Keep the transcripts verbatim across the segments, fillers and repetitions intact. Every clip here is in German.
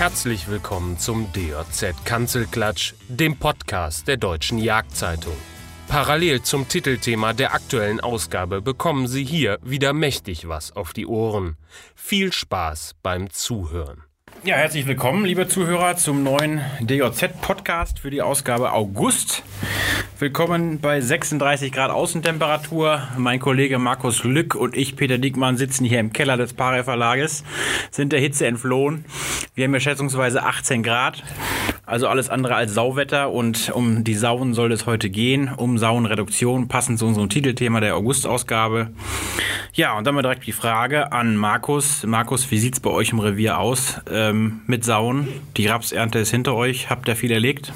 Herzlich willkommen zum D J Z-Kanzelklatsch, dem Podcast der Deutschen Jagdzeitung. Parallel zum Titelthema der aktuellen Ausgabe bekommen Sie hier wieder mächtig was auf die Ohren. Viel Spaß beim Zuhören. Ja, herzlich willkommen, liebe Zuhörer, zum neuen D J Z-Podcast für die Ausgabe August. Willkommen bei sechsunddreißig Grad Außentemperatur. Mein Kollege Markus Lück und ich, Peter Diekmann, sitzen hier im Keller des Pare Verlages, sind der Hitze entflohen. Wir haben hier schätzungsweise achtzehn Grad, also alles andere als Sauwetter. Und um die Sauen soll es heute gehen, um Sauenreduktion, passend zu unserem Titelthema der August-Ausgabe. Ja, und dann mal direkt die Frage an Markus. Markus, wie sieht es bei euch im Revier aus ähm, mit Sauen? Die Rapsernte ist hinter euch. Habt ihr viel erlegt?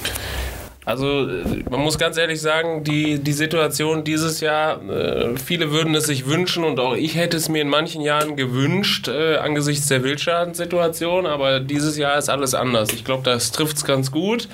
Also man muss ganz ehrlich sagen, die, die Situation dieses Jahr, äh, viele würden es sich wünschen und auch ich hätte es mir in manchen Jahren gewünscht, äh, angesichts der Wildschadenssituation, aber dieses Jahr ist alles anders. Ich glaube, das trifft es ganz gut.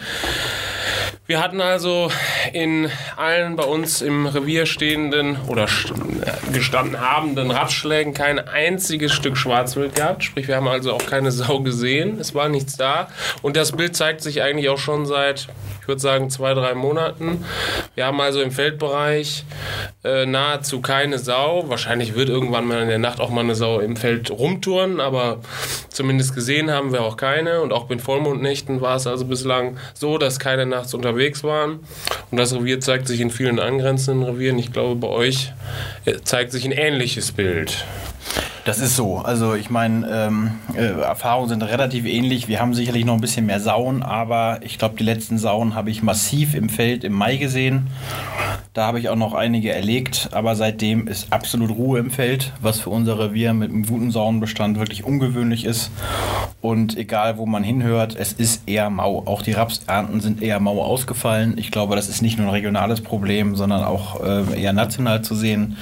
Wir hatten also in allen bei uns im Revier stehenden oder gestanden habenden Rapsschlägen kein einziges Stück Schwarzwild gehabt. Sprich, wir haben also auch keine Sau gesehen. Es war nichts da. Und das Bild zeigt sich eigentlich auch schon seit, ich würde sagen, zwei, drei Monaten. Wir haben also im Feldbereich äh, nahezu keine Sau. Wahrscheinlich wird irgendwann mal in der Nacht auch mal eine Sau im Feld rumturnen, aber zumindest gesehen haben wir auch keine. Und auch bei Vollmondnächten war es also bislang so, dass keine nachts unterwegs waren. Und das Revier zeigt sich in vielen angrenzenden Revieren. Ich glaube, bei euch zeigt sich ein ähnliches Bild. Das ist so. Also ich meine, ähm, äh, Erfahrungen sind relativ ähnlich. Wir haben sicherlich noch ein bisschen mehr Sauen, aber ich glaube, die letzten Sauen habe ich massiv im Feld im Mai gesehen. Da habe ich auch noch einige erlegt, aber seitdem ist absolut Ruhe im Feld, was für unser Revier mit einem guten Sauenbestand wirklich ungewöhnlich ist. Und egal, wo man hinhört, es ist eher mau. Auch die Rapsernten sind eher mau ausgefallen. Ich glaube, das ist nicht nur ein regionales Problem, sondern auch äh, eher national zu sehen.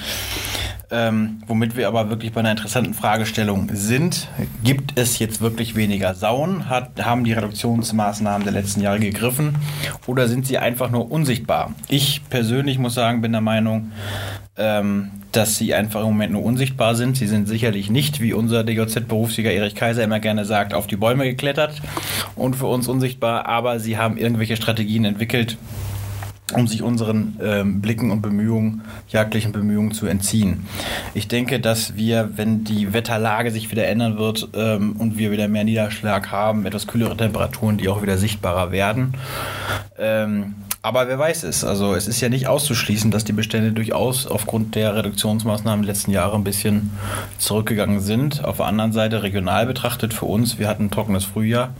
Ähm, womit wir aber wirklich bei einer interessanten Fragestellung sind. Gibt es jetzt wirklich weniger Sauen? Hat, haben die Reduktionsmaßnahmen der letzten Jahre gegriffen? Oder sind sie einfach nur unsichtbar? Ich persönlich muss sagen, bin der Meinung, ähm, dass sie einfach im Moment nur unsichtbar sind. Sie sind sicherlich nicht, wie unser D J Z-Berufsjäger Erich Kaiser immer gerne sagt, auf die Bäume geklettert und für uns unsichtbar. Aber sie haben irgendwelche Strategien entwickelt, um sich unseren ähm, Blicken und Bemühungen, jagdlichen Bemühungen zu entziehen. Ich denke, dass wir, wenn die Wetterlage sich wieder ändern wird ähm, und wir wieder mehr Niederschlag haben, etwas kühlere Temperaturen, die auch wieder sichtbarer werden. Ähm, aber wer weiß es. Also es ist ja nicht auszuschließen, dass die Bestände durchaus aufgrund der Reduktionsmaßnahmen der letzten Jahre ein bisschen zurückgegangen sind. Auf der anderen Seite regional betrachtet für uns, wir hatten ein trockenes Frühjahr.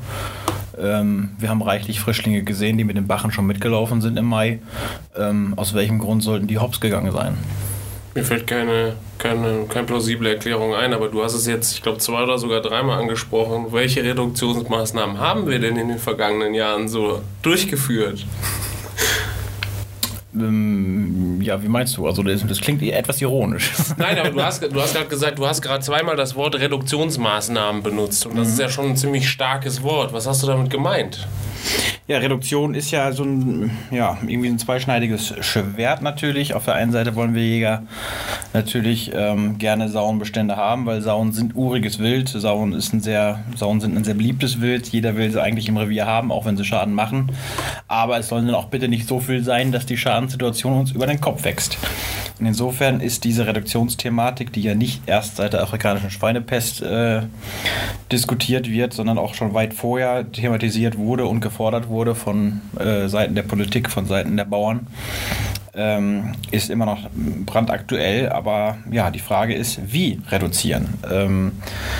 Ähm, wir haben reichlich Frischlinge gesehen, die mit den Bachen schon mitgelaufen sind im Mai. Ähm, aus welchem Grund sollten die hops gegangen sein? Mir fällt keine, keine, keine plausible Erklärung ein, aber du hast es jetzt, ich glaube, zwei oder sogar dreimal angesprochen. Welche Reduktionsmaßnahmen haben wir denn in den vergangenen Jahren so durchgeführt? Ähm, ja, wie meinst du? Also das, das klingt etwas ironisch. Nein, aber du hast, du hast gerade gesagt, du hast gerade zweimal das Wort Reduktionsmaßnahmen benutzt und das mhm. ist ja schon ein ziemlich starkes Wort. Was hast du damit gemeint? Ja, Reduktion ist ja so ein, ja, irgendwie ein zweischneidiges Schwert natürlich. Auf der einen Seite wollen wir Jäger natürlich ähm, gerne Sauenbestände haben, weil Sauen sind uriges Wild. Sauen, ist ein sehr, Sauen sind ein sehr beliebtes Wild. Jeder will sie eigentlich im Revier haben, auch wenn sie Schaden machen. Aber es soll dann auch bitte nicht so viel sein, dass die Schadenssituation uns über den Kopf wächst. Und insofern ist diese Reduktionsthematik, die ja nicht erst seit der afrikanischen Schweinepest äh, diskutiert wird, sondern auch schon weit vorher thematisiert wurde und gefordert wurde von äh, Seiten der Politik, von Seiten der Bauern, ähm, ist immer noch brandaktuell. Aber ja, die Frage ist, wie reduzieren? Ähm,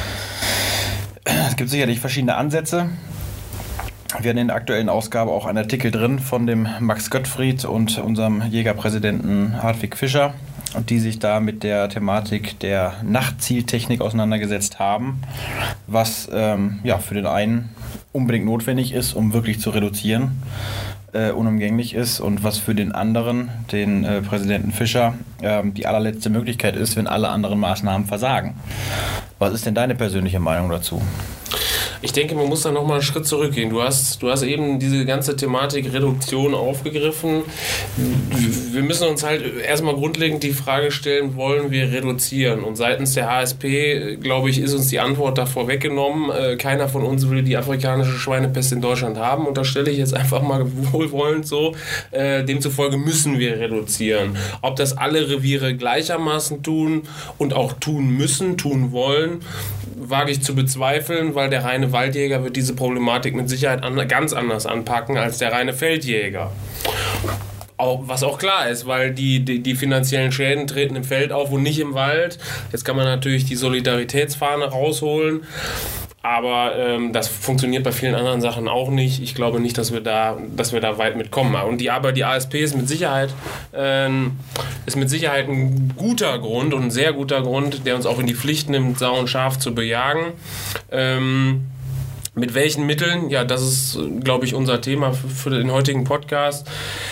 es gibt sicherlich verschiedene Ansätze. Wir haben in der aktuellen Ausgabe auch einen Artikel drin von dem Max Gottfried und unserem Jägerpräsidenten Hartwig Fischer, die sich da mit der Thematik der Nachtzieltechnik auseinandergesetzt haben, was ähm, ja, für den einen unbedingt notwendig ist, um wirklich zu reduzieren, äh, unumgänglich ist, und was für den anderen, den äh, Präsidenten Fischer, äh, die allerletzte Möglichkeit ist, wenn alle anderen Maßnahmen versagen. Was ist denn deine persönliche Meinung dazu? Ich denke, man muss da nochmal einen Schritt zurückgehen. Du hast, du hast eben diese ganze Thematik Reduktion aufgegriffen. Wir müssen uns halt erstmal grundlegend die Frage stellen, wollen wir reduzieren? Und seitens der H S P, glaube ich, ist uns die Antwort davor weggenommen. Keiner von uns will die afrikanische Schweinepest in Deutschland haben. Und da stelle ich jetzt einfach mal wohlwollend so. Demzufolge müssen wir reduzieren. Ob das alle Reviere gleichermaßen tun und auch tun müssen, tun wollen, wage ich zu bezweifeln, weil der reine Waldjäger wird diese Problematik mit Sicherheit an, ganz anders anpacken als der reine Feldjäger. Auch, was auch klar ist, weil die, die, die finanziellen Schäden treten im Feld auf und nicht im Wald. Jetzt kann man natürlich die Solidaritätsfahne rausholen. Aber ähm, das funktioniert bei vielen anderen Sachen auch nicht. Ich glaube nicht, dass wir da, dass wir da weit mitkommen. Und die, aber die A S P ist mit Sicherheit ähm, ist mit Sicherheit ein guter Grund und ein sehr guter Grund, der uns auch in die Pflicht nimmt, Sau und Schaf zu bejagen. Ähm, mit welchen Mitteln? Ja, das ist, glaube ich, unser Thema für, für den heutigen Podcast.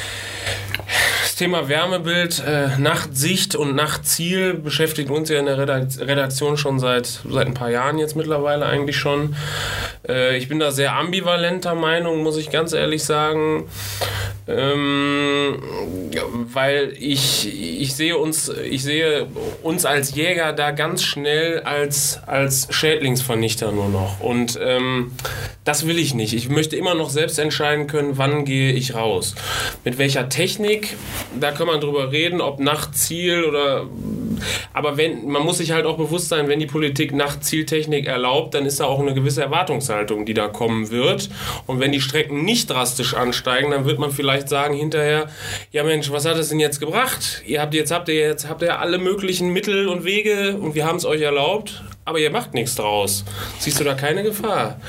Thema Wärmebild, äh, Nachtsicht und Nachtziel beschäftigt uns ja in der Redaktion schon seit, seit ein paar Jahren jetzt mittlerweile eigentlich schon. Äh, ich bin da sehr ambivalenter Meinung, muss ich ganz ehrlich sagen, ähm, weil ich, ich, sehe uns, ich sehe uns als Jäger da ganz schnell als, als Schädlingsvernichter nur noch. Und ähm, das will ich nicht. Ich möchte immer noch selbst entscheiden können, wann gehe ich raus. Mit welcher Technik, da kann man drüber reden, ob Nachtziel oder... Aber wenn, man muss sich halt auch bewusst sein, wenn die Politik Nachtzieltechnik erlaubt, dann ist da auch eine gewisse Erwartungshaltung, die da kommen wird. Und wenn die Strecken nicht drastisch ansteigen, dann wird man vielleicht sagen hinterher, ja Mensch, was hat es denn jetzt gebracht? Ihr habt jetzt habt ihr jetzt habt ihr alle möglichen Mittel und Wege und wir haben es euch erlaubt, aber ihr macht nichts draus. Siehst du da keine Gefahr?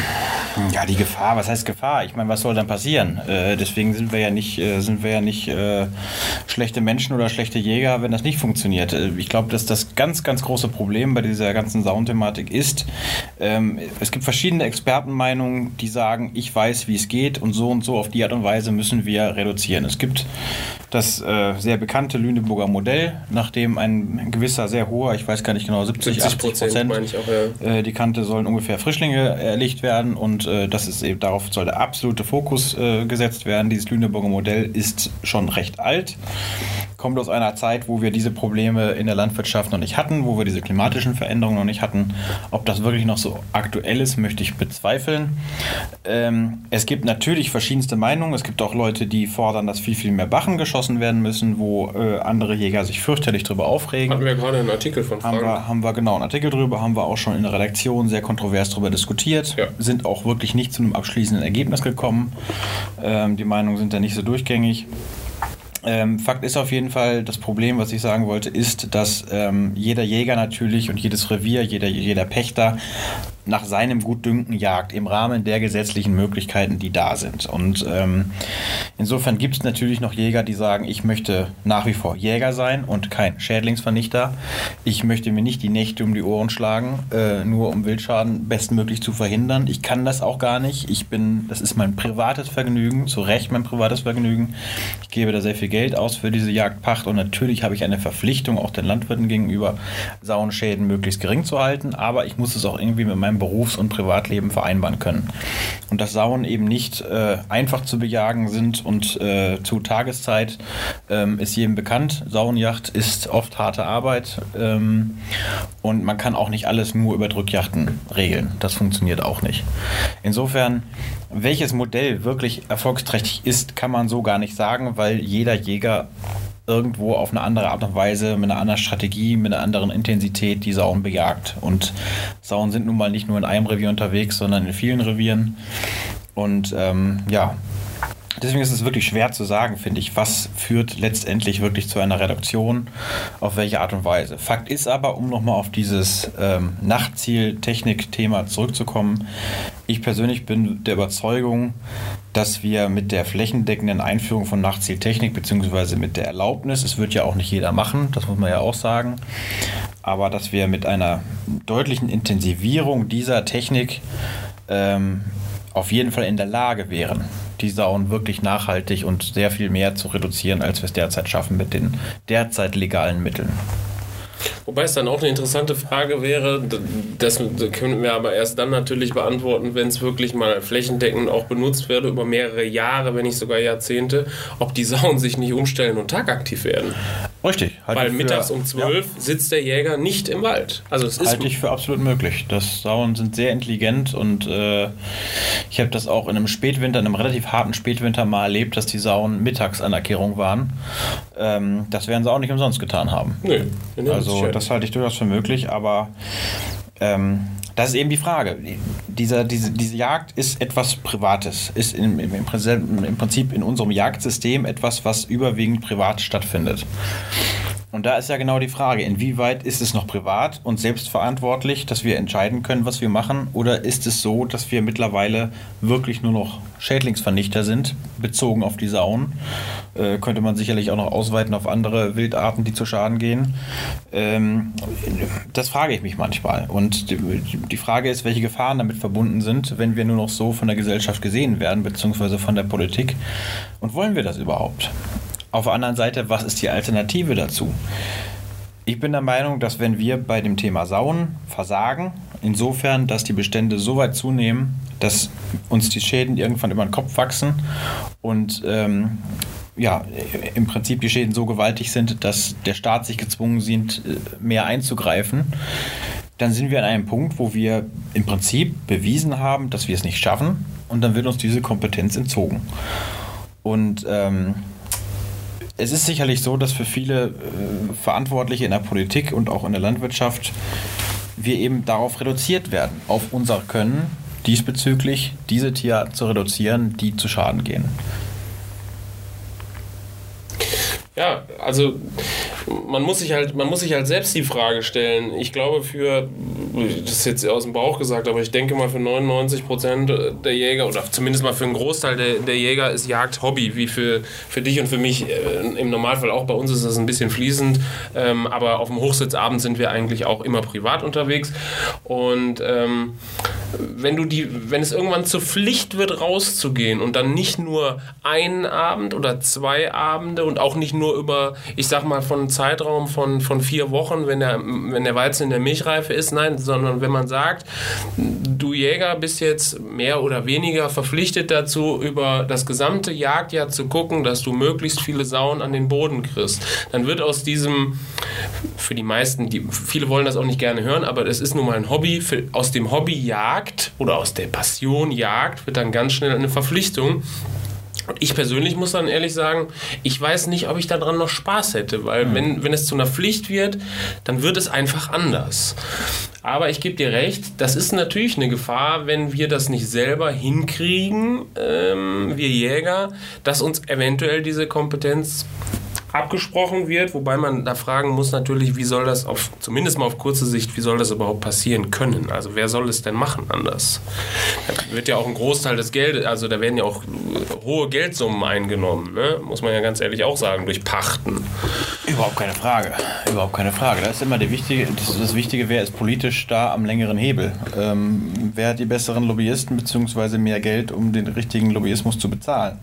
Ja, die Gefahr, was heißt Gefahr? Ich meine, was soll dann passieren? Äh, deswegen sind wir ja nicht, äh, sind wir ja nicht äh, schlechte Menschen oder schlechte Jäger, wenn das nicht funktioniert. Äh, ich glaube, dass das ganz, ganz große Problem bei dieser ganzen Sauen-Thematik ist, ähm, es gibt verschiedene Expertenmeinungen, die sagen, ich weiß, wie es geht und so und so auf die Art und Weise müssen wir reduzieren. Es gibt das äh, sehr bekannte Lüneburger Modell, nachdem ein gewisser, sehr hoher, ich weiß gar nicht genau, siebzig, achtzig Prozent, meine ich auch, ja. äh, die Kante sollen ungefähr Frischlinge erlegt werden und äh, das ist eben, darauf soll der absolute Fokus äh, gesetzt werden. Dieses Lüneburger Modell ist schon recht alt, kommt aus einer Zeit, wo wir diese Probleme in der Landwirtschaft noch nicht hatten, wo wir diese klimatischen Veränderungen noch nicht hatten. Ob das wirklich noch so aktuell ist, möchte ich bezweifeln. Ähm, es gibt natürlich verschiedenste Meinungen. Es gibt auch Leute, die fordern, dass viel, viel mehr Bachen geschossen werden müssen, wo äh, andere Jäger sich fürchterlich drüber aufregen. Hatten wir gerade einen Artikel von Frank. Haben wir, haben wir genau einen Artikel drüber, haben wir auch schon in der Redaktion sehr kontrovers drüber diskutiert. Ja. Sind auch wirklich nicht zu einem abschließenden Ergebnis gekommen. Ähm, die Meinungen sind da nicht so durchgängig. Ähm, Fakt ist auf jeden Fall, das Problem, was ich sagen wollte, ist, dass ähm, jeder Jäger natürlich und jedes Revier, jeder, jeder Pächter nach seinem Gutdünken jagt, im Rahmen der gesetzlichen Möglichkeiten, die da sind. Und ähm, insofern gibt es natürlich noch Jäger, die sagen, ich möchte nach wie vor Jäger sein und kein Schädlingsvernichter. Ich möchte mir nicht die Nächte um die Ohren schlagen, äh, nur um Wildschaden bestmöglich zu verhindern. Ich kann das auch gar nicht. Ich bin, das ist mein privates Vergnügen, zu Recht mein privates Vergnügen. Ich gebe da sehr viel Geld aus für diese Jagdpacht und natürlich habe ich eine Verpflichtung auch den Landwirten gegenüber, Sauenschäden möglichst gering zu halten, aber ich muss es auch irgendwie mit meinem Berufs- und Privatleben vereinbaren können. Und dass Sauen eben nicht äh, einfach zu bejagen sind und äh, zu Tageszeit ähm, ist jedem bekannt. Sauenjagd ist oft harte Arbeit ähm, und man kann auch nicht alles nur über Drückjachten regeln. Das funktioniert auch nicht. Insofern, welches Modell wirklich erfolgsträchtig ist, kann man so gar nicht sagen, weil jeder Jäger irgendwo auf eine andere Art und Weise, mit einer anderen Strategie, mit einer anderen Intensität die Sauen bejagt. Und Sauen sind nun mal nicht nur in einem Revier unterwegs, sondern in vielen Revieren. Und ähm, ja, deswegen ist es wirklich schwer zu sagen, finde ich, was führt letztendlich wirklich zu einer Reduktion, auf welche Art und Weise. Fakt ist aber, um nochmal auf dieses ähm, Nachtziel-Technik-Thema zurückzukommen, ich persönlich bin der Überzeugung, dass wir mit der flächendeckenden Einführung von Nachtzieltechnik beziehungsweise mit der Erlaubnis, es wird ja auch nicht jeder machen, das muss man ja auch sagen, aber dass wir mit einer deutlichen Intensivierung dieser Technik ähm, auf jeden Fall in der Lage wären, die Sauen wirklich nachhaltig und sehr viel mehr zu reduzieren, als wir es derzeit schaffen mit den derzeit legalen Mitteln. Wobei es dann auch eine interessante Frage wäre, das können wir aber erst dann natürlich beantworten, wenn es wirklich mal flächendeckend auch benutzt werde, über mehrere Jahre, wenn nicht sogar Jahrzehnte, ob die Sauen sich nicht umstellen und tagaktiv werden. Richtig. Weil mittags um zwölf ja. sitzt der Jäger nicht im Wald. Also es ist halte ich für absolut möglich. Das Sauen sind sehr intelligent und äh, ich habe das auch in einem Spätwinter, in einem relativ harten Spätwinter mal erlebt, dass die Sauen mittags an der Kehrung waren. Ähm, das werden sie auch nicht umsonst getan haben. Nö. Also das halte ich durchaus für möglich, aber ähm, das ist eben die Frage. Dieser, diese, diese Jagd ist etwas Privates, ist im, im, im Prinzip in unserem Jagdsystem etwas, was überwiegend privat stattfindet. Und da ist ja genau die Frage, inwieweit ist es noch privat und selbstverantwortlich, dass wir entscheiden können, was wir machen, oder ist es so, dass wir mittlerweile wirklich nur noch Schädlingsvernichter sind, bezogen auf die Sauen. Äh, könnte man sicherlich auch noch ausweiten auf andere Wildarten, die zu Schaden gehen. Ähm, das frage ich mich manchmal. Und die, die Frage ist, welche Gefahren damit verbunden sind, wenn wir nur noch so von der Gesellschaft gesehen werden, beziehungsweise von der Politik. Und wollen wir das überhaupt? Auf der anderen Seite, was ist die Alternative dazu? Ich bin der Meinung, dass wenn wir bei dem Thema Sauen versagen, insofern, dass die Bestände so weit zunehmen, dass uns die Schäden irgendwann über den Kopf wachsen und ähm, ja, im Prinzip die Schäden so gewaltig sind, dass der Staat sich gezwungen sieht, mehr einzugreifen, dann sind wir an einem Punkt, wo wir im Prinzip bewiesen haben, dass wir es nicht schaffen, und dann wird uns diese Kompetenz entzogen. Und ähm, es ist sicherlich so, dass für viele äh, Verantwortliche in der Politik und auch in der Landwirtschaft wir eben darauf reduziert werden, auf unser Können diesbezüglich diese Tierarten zu reduzieren, die zu Schaden gehen. Ja, also man muss sich halt, man muss sich halt selbst die Frage stellen. Ich glaube für, das ist jetzt aus dem Bauch gesagt, aber ich denke mal für neunundneunzig Prozent der Jäger oder zumindest mal für einen Großteil der, der Jäger ist Jagd Hobby, wie für, für dich und für mich äh, im Normalfall auch. Bei uns ist das ein bisschen fließend, ähm, aber auf dem Hochsitzabend sind wir eigentlich auch immer privat unterwegs. Und ähm, wenn du die, wenn es irgendwann zur Pflicht wird, rauszugehen und dann nicht nur einen Abend oder zwei Abende und auch nicht nur über, ich sag mal, von einem Zeitraum von, von vier Wochen, wenn der, wenn der Weizen in der Milchreife ist, nein, sondern wenn man sagt, du Jäger bist jetzt mehr oder weniger verpflichtet dazu, über das gesamte Jagdjahr zu gucken, dass du möglichst viele Sauen an den Boden kriegst, dann wird aus diesem, für die meisten, die, viele wollen das auch nicht gerne hören, aber es ist nun mal ein Hobby, für, aus dem Hobby Jagd oder aus der Passion Jagd wird dann ganz schnell eine Verpflichtung. Und ich persönlich muss dann ehrlich sagen, ich weiß nicht, ob ich daran noch Spaß hätte, weil mhm. wenn, wenn es zu einer Pflicht wird, dann wird es einfach anders. Aber ich gebe dir recht, das ist natürlich eine Gefahr, wenn wir das nicht selber hinkriegen, ähm, wir Jäger, dass uns eventuell diese Kompetenz abgesprochen wird, wobei man da fragen muss natürlich, wie soll das auf, zumindest mal auf kurze Sicht, wie soll das überhaupt passieren können? Also wer soll es denn machen anders? Da wird ja auch ein Großteil des Geldes, also da werden ja auch hohe Geldsummen eingenommen, ne? Muss man ja ganz ehrlich auch sagen, durch Pachten. Überhaupt keine Frage, überhaupt keine Frage. Das ist immer der Wichtige, das, das Wichtige, wer ist politisch da am längeren Hebel? Ähm, wer hat die besseren Lobbyisten beziehungsweise mehr Geld, um den richtigen Lobbyismus zu bezahlen?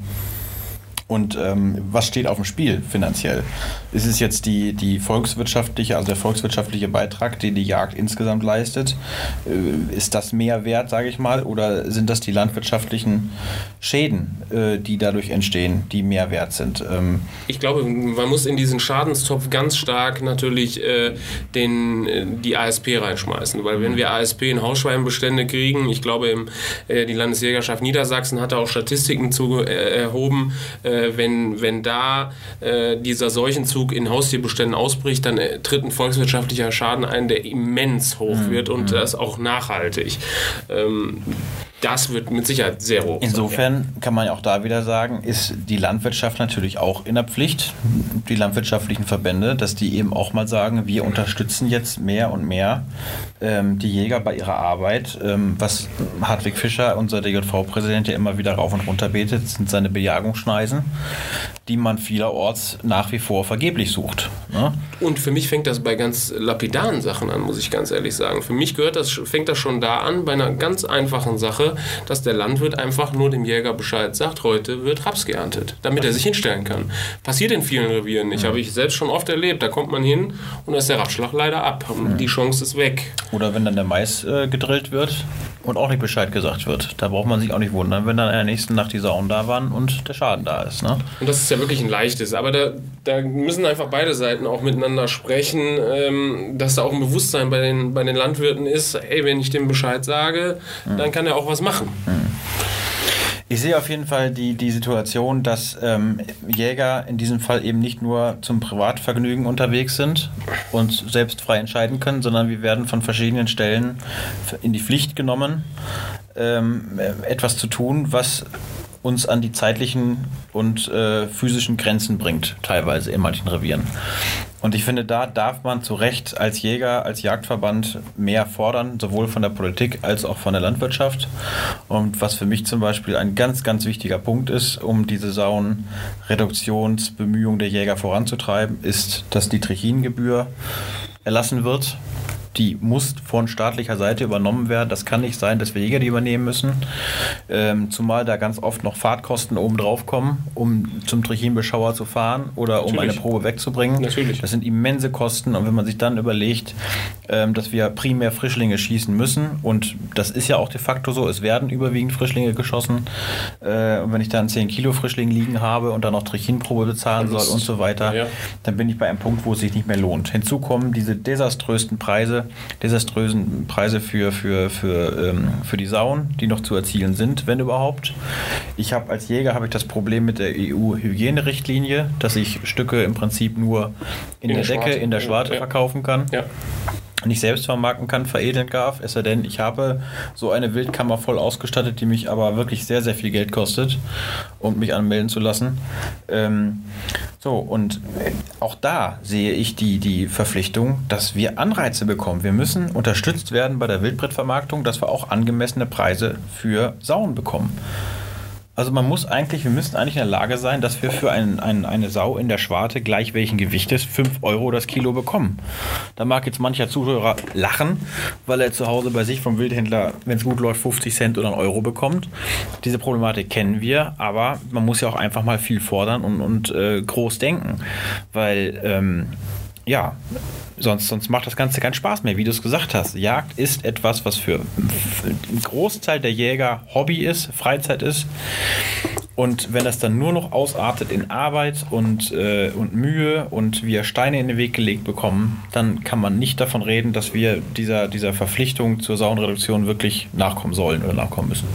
Und ähm, was steht auf dem Spiel finanziell? Ist es jetzt die, die volkswirtschaftliche, also der volkswirtschaftliche Beitrag, den die Jagd insgesamt leistet? Äh, ist das mehr wert, sage ich mal? Oder sind das die landwirtschaftlichen Schäden, äh, die dadurch entstehen, die mehr wert sind? Ähm ich glaube, man muss in diesen Schadenstopf ganz stark natürlich äh, den, die A S P reinschmeißen. Weil wenn wir A S P in Hausschweinbestände kriegen, ich glaube, im, äh, die Landesjägerschaft Niedersachsen hat da auch Statistiken zu äh, erhoben, äh, Wenn, wenn da äh, dieser Seuchenzug in Haustierbeständen ausbricht, dann äh, tritt ein volkswirtschaftlicher Schaden ein, der immens hoch wird und mhm. das auch nachhaltig. Ähm, das wird mit Sicherheit sehr hoch sein. Insofern kann man ja auch da wieder sagen, ist die Landwirtschaft natürlich auch in der Pflicht, die landwirtschaftlichen Verbände, dass die eben auch mal sagen, wir unterstützen jetzt mehr und mehr ähm, die Jäger bei ihrer Arbeit. Ähm, was Hartwig Fischer, unser D J V-Präsident, ja immer wieder rauf und runter betet, sind seine Bejagungsschneisen, die man vielerorts nach wie vor vergeblich sucht. Ne? Und für mich fängt das bei ganz lapidaren Sachen an, muss ich ganz ehrlich sagen. Für mich gehört das, fängt das schon da an, bei einer ganz einfachen Sache. Tatsache, dass der Landwirt einfach nur dem Jäger Bescheid sagt, heute wird Raps geerntet, damit er sich hinstellen kann. Passiert in vielen Revieren nicht, habe ich selbst schon oft erlebt. Da kommt man hin und da ist der Rapsschlag leider ab. Und die Chance ist weg. Oder wenn dann der Mais äh, gedrillt wird und auch nicht Bescheid gesagt wird. Da braucht man sich auch nicht wundern, wenn dann in der nächsten Nacht die Sauen da waren und der Schaden da ist. Ne? Und das ist ja wirklich ein leichtes. Aber da, da müssen einfach beide Seiten auch miteinander sprechen, ähm, dass da auch ein Bewusstsein bei den, bei den Landwirten ist, hey, wenn ich dem Bescheid sage, mhm. dann kann er auch was machen. Mhm. Ich sehe auf jeden Fall die, die Situation, dass ähm, Jäger in diesem Fall eben nicht nur zum Privatvergnügen unterwegs sind und selbst frei entscheiden können, sondern wir werden von verschiedenen Stellen in die Pflicht genommen, ähm, etwas zu tun, was uns an die zeitlichen und äh, physischen Grenzen bringt, teilweise in manchen Revieren. Und ich finde, da darf man zu Recht als Jäger, als Jagdverband mehr fordern, sowohl von der Politik als auch von der Landwirtschaft. Und was für mich zum Beispiel ein ganz, ganz wichtiger Punkt ist, um diese Sauenreduktionsbemühungen der Jäger voranzutreiben, ist, dass die Trichingebühr erlassen wird. Die muss von staatlicher Seite übernommen werden. Das kann nicht sein, dass wir Jäger die übernehmen müssen. Ähm, zumal da ganz oft noch Fahrtkosten oben drauf kommen, um zum Trichinbeschauer zu fahren oder um Natürlich. eine Probe wegzubringen. Natürlich. Das sind immense Kosten. Und wenn man sich dann überlegt, ähm, dass wir primär Frischlinge schießen müssen, und das ist ja auch de facto so, es werden überwiegend Frischlinge geschossen. Äh, und wenn ich dann zehn Kilo Frischling liegen habe und dann noch Trichinprobe bezahlen soll und so weiter, ja. dann bin ich bei einem Punkt, wo es sich nicht mehr lohnt. Hinzu kommen diese desaströsen Preise, desaströsen Preise für, für, für, ähm, für die Sauen, die noch zu erzielen sind, wenn überhaupt. Ich habe als Jäger habe ich das Problem mit der E U-Hygienerichtlinie, dass ich Stücke im Prinzip nur in, in der, der Decke, Schwarte. in der Schwarte ja. verkaufen kann. Ja. Nicht selbst vermarkten kann, veredeln darf, es sei denn, ich habe so eine Wildkammer voll ausgestattet, die mich aber wirklich sehr, sehr viel Geld kostet, um mich anmelden zu lassen. Ähm, so, und auch da sehe ich die, die Verpflichtung, dass wir Anreize bekommen. Wir müssen unterstützt werden bei der Wildbretvermarktung, dass wir auch angemessene Preise für Sauen bekommen. Also man muss eigentlich, wir müssen eigentlich in der Lage sein, dass wir für ein, ein, eine Sau in der Schwarte, gleich welchen Gewichtes, fünf Euro das Kilo bekommen. Da mag jetzt mancher Zuhörer lachen, weil er zu Hause bei sich vom Wildhändler, wenn es gut läuft, fünfzig Cent oder einen Euro bekommt. Diese Problematik kennen wir, aber man muss ja auch einfach mal viel fordern und, und äh, groß denken, weil ähm, ja, sonst, sonst macht das Ganze keinen Spaß mehr, wie du es gesagt hast. Jagd ist etwas, was für einen Großteil der Jäger Hobby ist, Freizeit ist. Und wenn das dann nur noch ausartet in Arbeit und, äh, und Mühe und wir Steine in den Weg gelegt bekommen, dann kann man nicht davon reden, dass wir dieser, dieser Verpflichtung zur Sauenreduktion wirklich nachkommen sollen oder nachkommen müssen.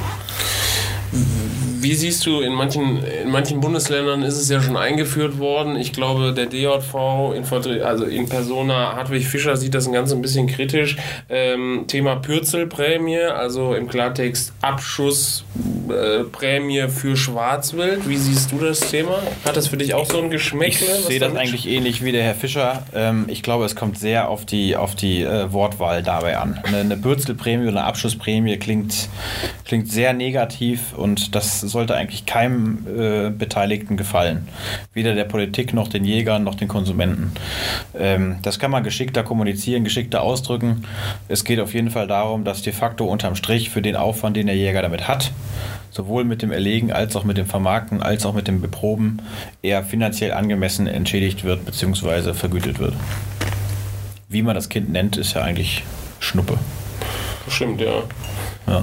Wie siehst du, in manchen, in manchen Bundesländern ist es ja schon eingeführt worden. Ich glaube, der D J V, in, also in Persona Hartwig Fischer, sieht das ein ganz ein bisschen kritisch. Ähm, Thema Pürzelprämie, also im Klartext Abschussprämie äh, für Schwarzwild. Wie siehst du das Thema? Hat das für dich auch so ein Geschmäckle? Ich sehe das eigentlich ähnlich wie der Herr Fischer. Ähm, ich glaube, es kommt sehr auf die, auf die äh, Wortwahl dabei an. Eine, eine Pürzelprämie oder eine Abschussprämie klingt, klingt sehr negativ. Und das sollte eigentlich keinem äh, Beteiligten gefallen. Weder der Politik, noch den Jägern, noch den Konsumenten. Ähm, das kann man geschickter kommunizieren, geschickter ausdrücken. Es geht auf jeden Fall darum, dass de facto unterm Strich für den Aufwand, den der Jäger damit hat, sowohl mit dem Erlegen, als auch mit dem Vermarkten, als auch mit dem Beproben, er finanziell angemessen entschädigt wird bzw. vergütet wird. Wie man das Kind nennt, ist ja eigentlich Schnuppe. Stimmt, ja. Ja.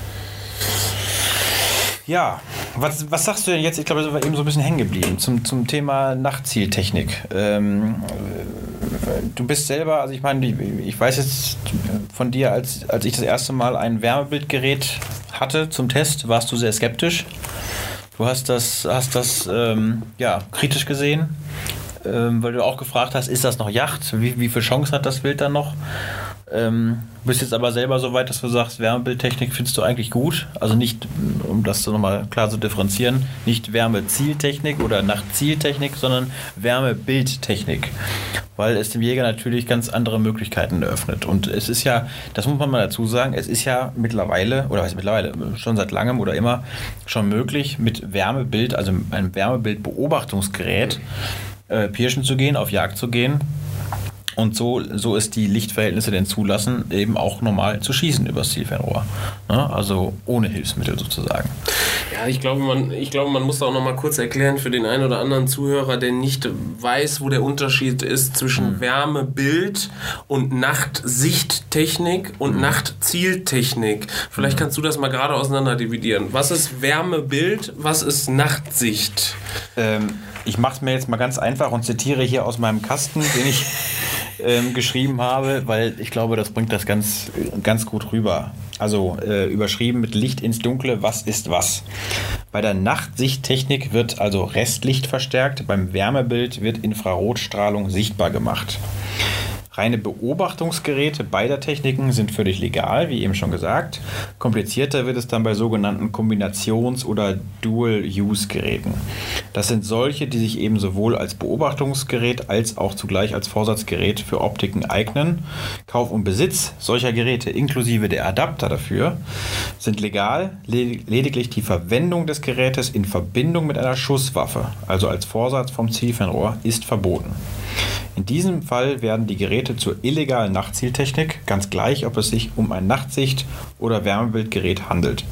Ja, was, was sagst du denn jetzt? Ich glaube, da sind wir eben so ein bisschen hängen geblieben zum, zum Thema Nachtzieltechnik. Ähm, du bist selber, also ich meine, ich weiß jetzt von dir, als, als ich das erste Mal ein Wärmebildgerät hatte zum Test, warst du sehr skeptisch. Du hast das, hast das ähm, ja, kritisch gesehen, ähm, weil du auch gefragt hast, ist das noch Jagd? Wie, wie viel Chance hat das Wild dann noch? Ähm, bist jetzt aber selber so weit, dass du sagst, Wärmebildtechnik findest du eigentlich gut. Also nicht, um das so nochmal klar zu differenzieren, nicht Wärmezieltechnik oder Nachtzieltechnik, sondern Wärmebildtechnik. Weil es dem Jäger natürlich ganz andere Möglichkeiten eröffnet. Und es ist ja, das muss man mal dazu sagen, es ist ja mittlerweile, oder was heißt mittlerweile, schon seit langem oder immer schon möglich, mit Wärmebild, also einem Wärmebildbeobachtungsgerät, äh, pirschen zu gehen, auf Jagd zu gehen. und so, so ist die Lichtverhältnisse denn zulassen, eben auch normal zu schießen übers Zielfernrohr. Ne? Also ohne Hilfsmittel sozusagen. Ja, ich glaube, man, ich glaube, man muss da auch noch mal kurz erklären für den einen oder anderen Zuhörer, der nicht weiß, wo der Unterschied ist zwischen mhm. Wärmebild und Nachtsichttechnik und mhm. Nachtzieltechnik. Vielleicht kannst du das mal gerade auseinander dividieren. Was ist Wärmebild, was ist Nachtsicht? Ähm, ich mache es mir jetzt mal ganz einfach und zitiere hier aus meinem Kasten, den ich ähm, geschrieben habe, weil ich glaube, das bringt das ganz, ganz gut rüber. Also äh, überschrieben mit Licht ins Dunkle, was ist was? Bei der Nachtsichttechnik wird also Restlicht verstärkt, beim Wärmebild wird Infrarotstrahlung sichtbar gemacht. Reine Beobachtungsgeräte beider Techniken sind völlig legal, wie eben schon gesagt. Komplizierter wird es dann bei sogenannten Kombinations- oder Dual-Use-Geräten. Das sind solche, die sich eben sowohl als Beobachtungsgerät als auch zugleich als Vorsatzgerät für Optiken eignen. Kauf und Besitz solcher Geräte inklusive der Adapter dafür sind legal. Lediglich die Verwendung des Gerätes in Verbindung mit einer Schusswaffe, also als Vorsatz vom Zielfernrohr, ist verboten. In diesem Fall werden die Geräte zur illegalen Nachtzieltechnik, ganz gleich, ob es sich um ein Nachtsicht- oder Wärmebildgerät handelt.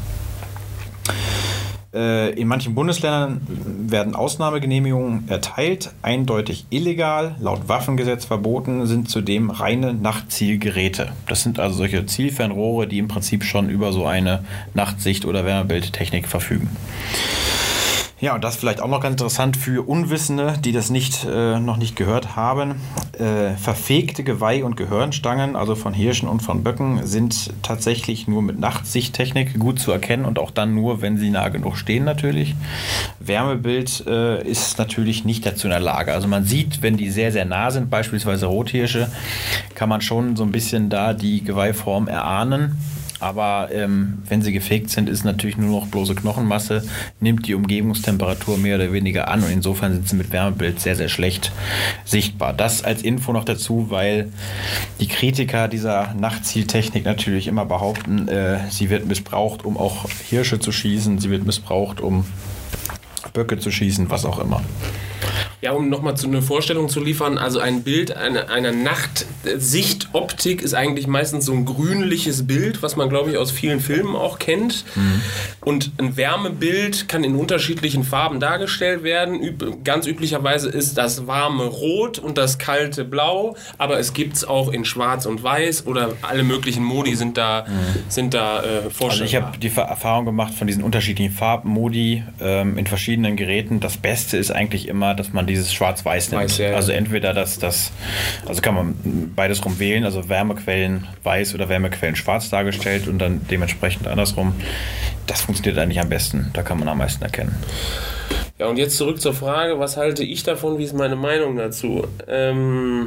In manchen Bundesländern werden Ausnahmegenehmigungen erteilt, eindeutig illegal, laut Waffengesetz verboten sind zudem reine Nachtzielgeräte. Das sind also solche Zielfernrohre, die im Prinzip schon über so eine Nachtsicht- oder Wärmebildtechnik verfügen. Ja, und das vielleicht auch noch ganz interessant für Unwissende, die das nicht, äh, noch nicht gehört haben. Äh, verfegte Geweih- und Gehörnstangen, also von Hirschen und von Böcken, sind tatsächlich nur mit Nachtsichttechnik gut zu erkennen und auch dann nur, wenn sie nah genug stehen natürlich. Wärmebild äh, ist natürlich nicht dazu in der Lage. Also man sieht, wenn die sehr, sehr nah sind, beispielsweise Rothirsche, kann man schon so ein bisschen da die Geweihform erahnen. Aber ähm, wenn sie gefegt sind, ist natürlich nur noch bloße Knochenmasse, nimmt die Umgebungstemperatur mehr oder weniger an und insofern sind sie mit Wärmebild sehr, sehr schlecht sichtbar. Das als Info noch dazu, weil die Kritiker dieser Nachtzieltechnik natürlich immer behaupten, äh, sie wird missbraucht, um auch Hirsche zu schießen, sie wird missbraucht, um Böcke zu schießen, was auch immer. Ja, um nochmal zu eine Vorstellung zu liefern, also ein Bild einer, einer Nachtsichtoptik ist eigentlich meistens so ein grünliches Bild, was man, glaube ich, aus vielen Filmen auch kennt. Mhm. Und ein Wärmebild kann in unterschiedlichen Farben dargestellt werden. Üb- ganz üblicherweise ist das warme Rot und das kalte Blau, aber es gibt es auch in Schwarz und Weiß oder alle möglichen Modi sind da, mhm. sind da äh, vorstellbar. Also ich habe die Erfahrung gemacht von diesen unterschiedlichen Farbmodi ähm, in verschiedenen Geräten. Das Beste ist eigentlich immer, dass man dieses Schwarz-Weiß nimmt. Weiß, ja, ja. Also entweder das, das, also kann man beides rum wählen, also Wärmequellen weiß oder Wärmequellen schwarz dargestellt und dann dementsprechend andersrum. Das funktioniert eigentlich am besten. Da kann man am meisten erkennen. Ja, und jetzt zurück zur Frage, was halte ich davon, wie ist meine Meinung dazu? Ähm...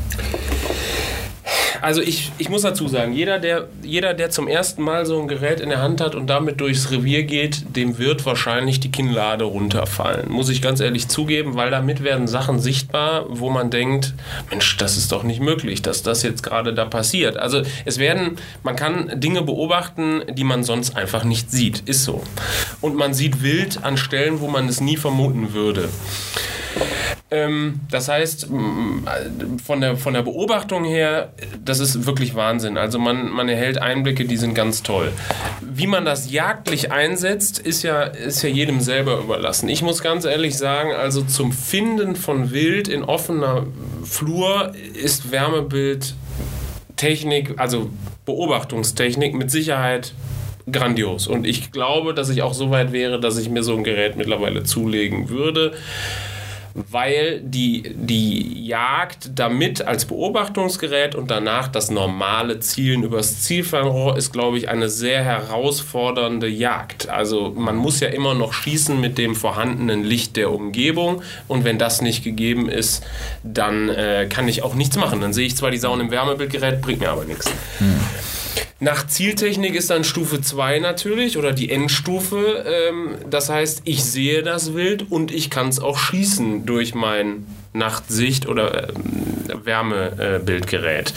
Also ich, ich muss dazu sagen, jeder der, jeder, der zum ersten Mal so ein Gerät in der Hand hat und damit durchs Revier geht, dem wird wahrscheinlich die Kinnlade runterfallen. Muss ich ganz ehrlich zugeben, weil damit werden Sachen sichtbar, wo man denkt, Mensch, das ist doch nicht möglich, dass das jetzt gerade da passiert. Also es werden, man kann Dinge beobachten, die man sonst einfach nicht sieht. Ist so. Und man sieht wild an Stellen, wo man es nie vermuten würde. Ähm, das heißt, von der, von der Beobachtung her, das ist wirklich Wahnsinn. Also man, man erhält Einblicke, die sind ganz toll. Wie man das jagdlich einsetzt, ist ja, ist ja jedem selber überlassen. Ich muss ganz ehrlich sagen, also zum Finden von Wild in offener Flur ist Wärmebildtechnik, also Beobachtungstechnik mit Sicherheit grandios. Und ich glaube, dass ich auch so weit wäre, dass ich mir so ein Gerät mittlerweile zulegen würde. Weil die, die Jagd damit als Beobachtungsgerät und danach das normale Zielen übers Zielfernrohr ist, glaube ich, eine sehr herausfordernde Jagd. Also man muss ja immer noch schießen mit dem vorhandenen Licht der Umgebung und wenn das nicht gegeben ist, dann äh, kann ich auch nichts machen. Dann sehe ich zwar die Sau im Wärmebildgerät, bringt mir aber nichts. Hm. Nach Zieltechnik ist dann Stufe zwei natürlich oder die Endstufe. Ähm, das heißt, ich sehe das Wild und ich kann es auch schießen durch mein Nachtsicht- oder äh, Wärmebildgerät.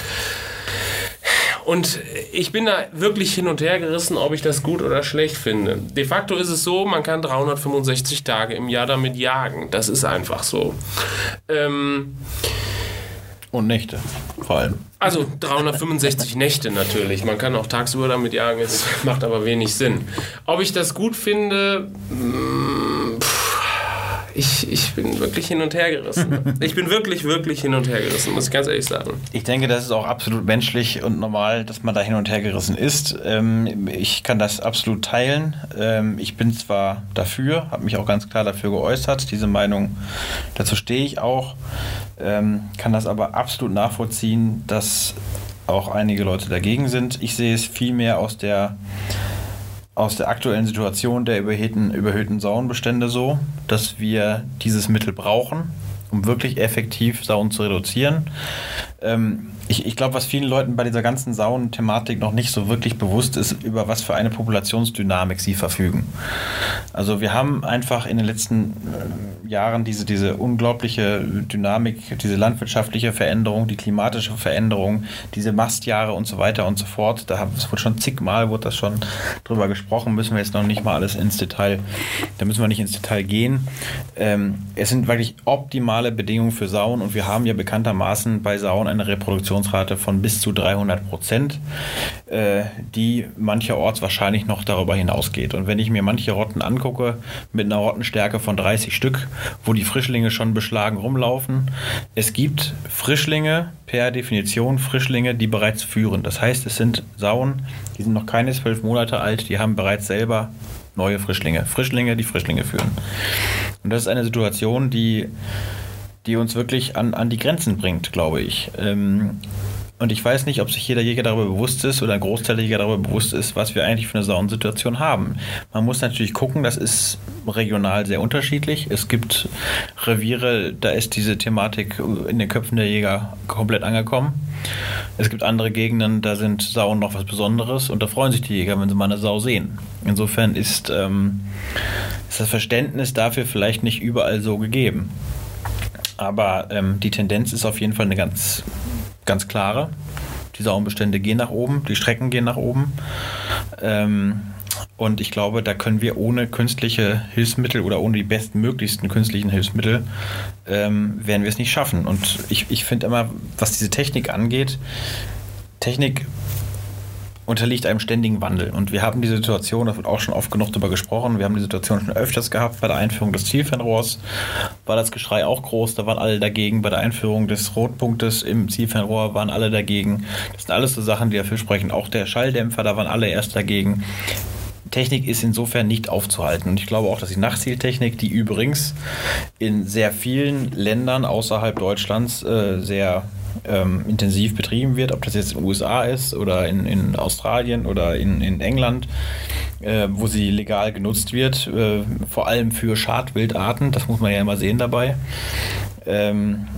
Und ich bin da wirklich hin und her gerissen, ob ich das gut oder schlecht finde. De facto ist es so, man kann dreihundertfünfundsechzig Tage im Jahr damit jagen. Das ist einfach so. Ähm... Und Nächte, vor allem. Also dreihundertfünfundsechzig Nächte natürlich. Man kann auch tagsüber damit jagen, es macht aber wenig Sinn. Ob ich das gut finde, ich, ich bin wirklich hin und her gerissen. Ich bin wirklich, wirklich hin und her gerissen, muss ich ganz ehrlich sagen. Ich denke, das ist auch absolut menschlich und normal, dass man da hin und her gerissen ist. Ähm, ich kann das absolut teilen. Ähm, ich bin zwar dafür, habe mich auch ganz klar dafür geäußert. Diese Meinung, dazu stehe ich auch. Ähm, kann das aber absolut nachvollziehen, dass auch einige Leute dagegen sind. Ich sehe es vielmehr aus der aus der aktuellen Situation der überhöhten, überhöhten Sauenbestände so, dass wir dieses Mittel brauchen, um wirklich effektiv Sauen zu reduzieren. Ähm, ich ich glaube, was vielen Leuten bei dieser ganzen Sauen-Thematik noch nicht so wirklich bewusst ist, über was für eine Populationsdynamik sie verfügen. Also wir haben einfach in den letzten äh, Jahren diese, diese unglaubliche Dynamik, diese landwirtschaftliche Veränderung, die klimatische Veränderung, diese Mastjahre und so weiter und so fort. Da wurde schon zigmal wurde das schon drüber gesprochen, müssen wir jetzt noch nicht mal alles ins Detail, da müssen wir nicht ins Detail gehen. Ähm, es sind wirklich optimale Bedingungen für Sauen und wir haben ja bekanntermaßen bei Sauen eine Reproduktionsrate von bis zu dreihundert Prozent, äh, die mancherorts wahrscheinlich noch darüber hinausgeht. Und wenn ich mir manche Rotten angucke, mit einer Rottenstärke von dreißig Stück, wo die Frischlinge schon beschlagen rumlaufen, es gibt Frischlinge, per Definition Frischlinge, die bereits führen. Das heißt, es sind Sauen, die sind noch keine zwölf Monate alt, die haben bereits selber neue Frischlinge. Frischlinge, die Frischlinge führen. Und das ist eine Situation, die die uns wirklich an, an die Grenzen bringt, glaube ich. Ähm, und ich weiß nicht, ob sich jeder Jäger darüber bewusst ist oder ein Großteil der Jäger darüber bewusst ist, was wir eigentlich für eine Sauensituation haben. Man muss natürlich gucken, das ist regional sehr unterschiedlich. Es gibt Reviere, da ist diese Thematik in den Köpfen der Jäger komplett angekommen. Es gibt andere Gegenden, da sind Sauen noch was Besonderes und da freuen sich die Jäger, wenn sie mal eine Sau sehen. Insofern ist, ähm, ist das Verständnis dafür vielleicht nicht überall so gegeben. Aber ähm, die Tendenz ist auf jeden Fall eine ganz, ganz klare. Die Sauenbestände gehen nach oben, die Strecken gehen nach oben. Ähm, und ich glaube, da können wir ohne künstliche Hilfsmittel oder ohne die bestmöglichsten künstlichen Hilfsmittel, ähm, werden wir es nicht schaffen. Und ich, ich finde immer, was diese Technik angeht, Technik unterliegt einem ständigen Wandel. Und wir haben die Situation, das wird auch schon oft genug darüber gesprochen, wir haben die Situation schon öfters gehabt, bei der Einführung des Zielfernrohrs war das Geschrei auch groß, da waren alle dagegen, bei der Einführung des Rotpunktes im Zielfernrohr waren alle dagegen. Das sind alles so Sachen, die dafür sprechen. Auch der Schalldämpfer, da waren alle erst dagegen. Technik ist insofern nicht aufzuhalten. Und ich glaube auch, dass die Nachzieltechnik, die übrigens in sehr vielen Ländern außerhalb Deutschlands äh, sehr ähm, intensiv betrieben wird, ob das jetzt in den U S A ist oder in, in Australien oder in, in England, äh, wo sie legal genutzt wird, äh, vor allem für Schadwildarten, das muss man ja immer sehen dabei. Ähm,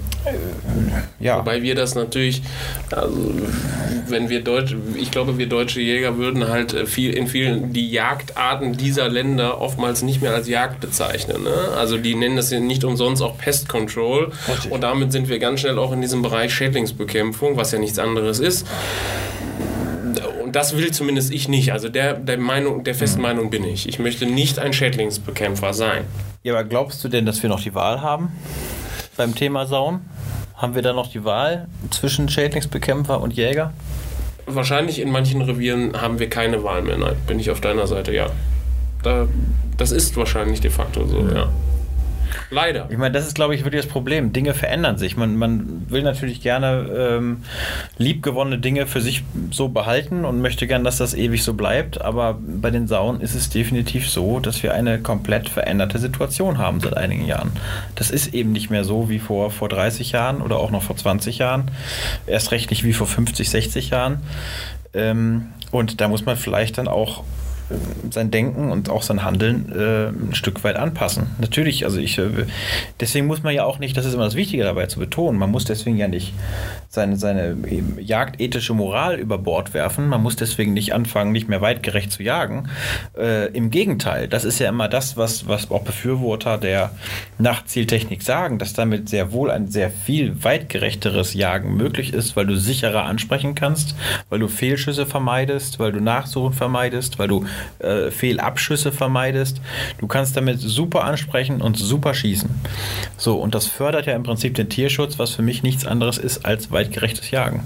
äh, ja. Wobei wir das natürlich, also wenn wir Deutsch, ich glaube, wir deutsche Jäger würden halt viel in vielen die Jagdarten dieser Länder oftmals nicht mehr als Jagd bezeichnen. Ne? Also die nennen das ja nicht umsonst auch Pest Control. Richtig. Und damit sind wir ganz schnell auch in diesem Bereich Schädlingsbekämpfung, was ja nichts anderes ist. Und das will zumindest ich nicht. Also der, der Meinung, der festen Meinung bin ich. Ich möchte nicht ein Schädlingsbekämpfer sein. Ja, aber glaubst du denn, dass wir noch die Wahl haben? Beim Thema Sauen? Haben wir da noch die Wahl zwischen Schädlingsbekämpfer und Jäger? Wahrscheinlich in manchen Revieren haben wir keine Wahl mehr. Nein, bin ich auf deiner Seite, ja. Da, das ist wahrscheinlich de facto so, ja. Leider. Ich meine, das ist, glaube ich, wirklich das Problem. Dinge verändern sich. Man, man will natürlich gerne ähm, liebgewonnene Dinge für sich so behalten und möchte gern, dass das ewig so bleibt. Aber bei den Sauen ist es definitiv so, dass wir eine komplett veränderte Situation haben seit einigen Jahren. Das ist eben nicht mehr so wie vor, vor dreißig Jahren oder auch noch vor zwanzig Jahren. Erst recht nicht wie vor fünfzig, sechzig Jahren. Ähm, und da muss man vielleicht dann auch sein Denken und auch sein Handeln äh, ein Stück weit anpassen. Natürlich, also ich, äh, deswegen muss man ja auch nicht, das ist immer das Wichtige dabei zu betonen, man muss deswegen ja nicht seine, seine jagdethische Moral über Bord werfen, man muss deswegen nicht anfangen, nicht mehr weitgerecht zu jagen. Äh, Im Gegenteil, das ist ja immer das, was, was auch Befürworter der Nachzieltechnik sagen, dass damit sehr wohl ein sehr viel weitgerechteres Jagen möglich ist, weil du sicherer ansprechen kannst, weil du Fehlschüsse vermeidest, weil du Nachsuchen vermeidest, weil du äh, Fehlabschüsse vermeidest. Du kannst damit super ansprechen und super schießen. So, und das fördert ja im Prinzip den Tierschutz, was für mich nichts anderes ist als weitgerechtes Jagen.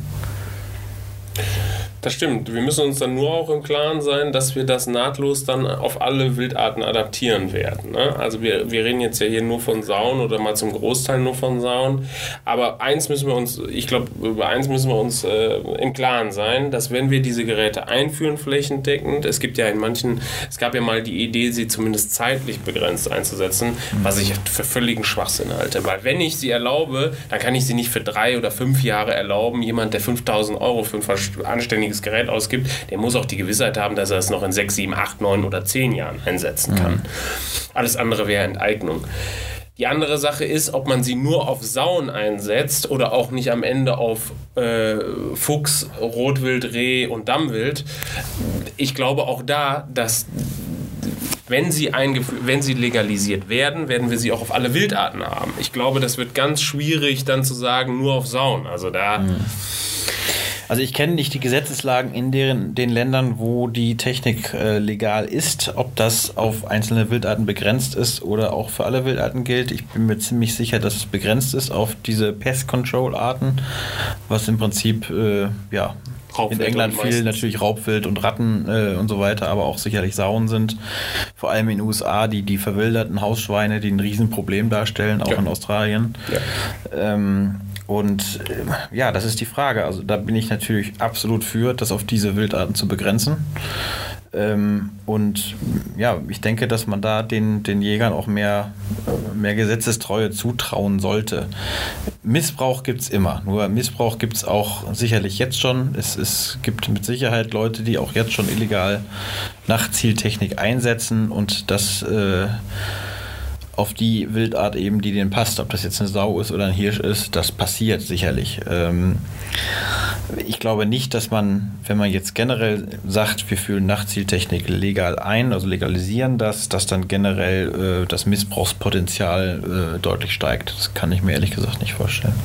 Das stimmt. Wir müssen uns dann nur auch im Klaren sein, dass wir das nahtlos dann auf alle Wildarten adaptieren werden. Ne? Also wir, wir reden jetzt ja hier nur von Sauen oder mal zum Großteil nur von Sauen. Aber eins müssen wir uns, ich glaube, über eins müssen wir uns äh, im Klaren sein, dass wenn wir diese Geräte einführen, flächendeckend, es gibt ja in manchen, es gab ja mal die Idee, sie zumindest zeitlich begrenzt einzusetzen, was ich für völligen Schwachsinn halte. Weil wenn ich sie erlaube, dann kann ich sie nicht für drei oder fünf Jahre erlauben. Jemand, der fünftausend Euro für ein anständiges Gerät ausgibt, der muss auch die Gewissheit haben, dass er es noch in sechs, sieben, acht, neun oder zehn Jahren einsetzen kann. Mhm. Alles andere wäre Enteignung. Die andere Sache ist, ob man sie nur auf Sauen einsetzt oder auch nicht am Ende auf äh, Fuchs, Rotwild, Reh und Dammwild. Ich glaube auch da, dass wenn sie, eingef- wenn sie legalisiert werden, werden wir sie auch auf alle Wildarten haben. Ich glaube, das wird ganz schwierig dann zu sagen, nur auf Sauen. Also da... Mhm. Also ich kenne nicht die Gesetzeslagen in deren, den Ländern, wo die Technik äh, legal ist, ob das auf einzelne Wildarten begrenzt ist oder auch für alle Wildarten gilt. Ich bin mir ziemlich sicher, dass es begrenzt ist auf diese Pest-Control-Arten, was im Prinzip, äh, ja, Raubwild in England viel natürlich Raubwild und Ratten äh, und so weiter, aber auch sicherlich Sauen sind. Vor allem in den U S A die, die verwilderten Hausschweine, die ein Riesenproblem darstellen, auch ja. in Australien. Ja. Ähm, Und äh, ja, das ist die Frage. Also da bin ich natürlich absolut für, das auf diese Wildarten zu begrenzen. Ähm, und ja, ich denke, dass man da den, den Jägern auch mehr, mehr Gesetzestreue zutrauen sollte. Missbrauch gibt es immer. Nur Missbrauch gibt es auch sicherlich jetzt schon. Es, es gibt mit Sicherheit Leute, die auch jetzt schon illegal Nachtzieltechnik einsetzen und das äh, auf die Wildart eben, die denen passt, ob das jetzt eine Sau ist oder ein Hirsch ist, das passiert sicherlich. Ähm, ich glaube nicht, dass man, wenn man jetzt generell sagt, wir führen Nachtzieltechnik legal ein, also legalisieren das, dass dann generell äh, das Missbrauchspotenzial äh, deutlich steigt. Das kann ich mir ehrlich gesagt nicht vorstellen.